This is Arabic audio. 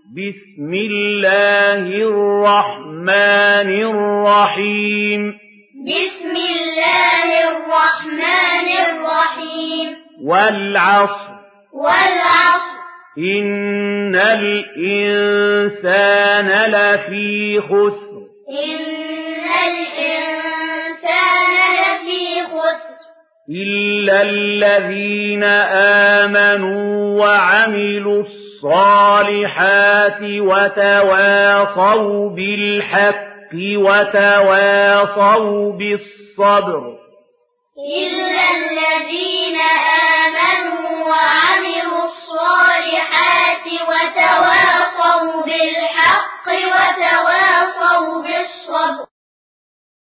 بسم الله الرحمن الرحيم بسم الله الرحمن الرحيم والعصر إن الإنسان لفي خسر إلا الذين آمنوا وعملوا الصالحات وتواصوا بالحق وتواصوا بالصبر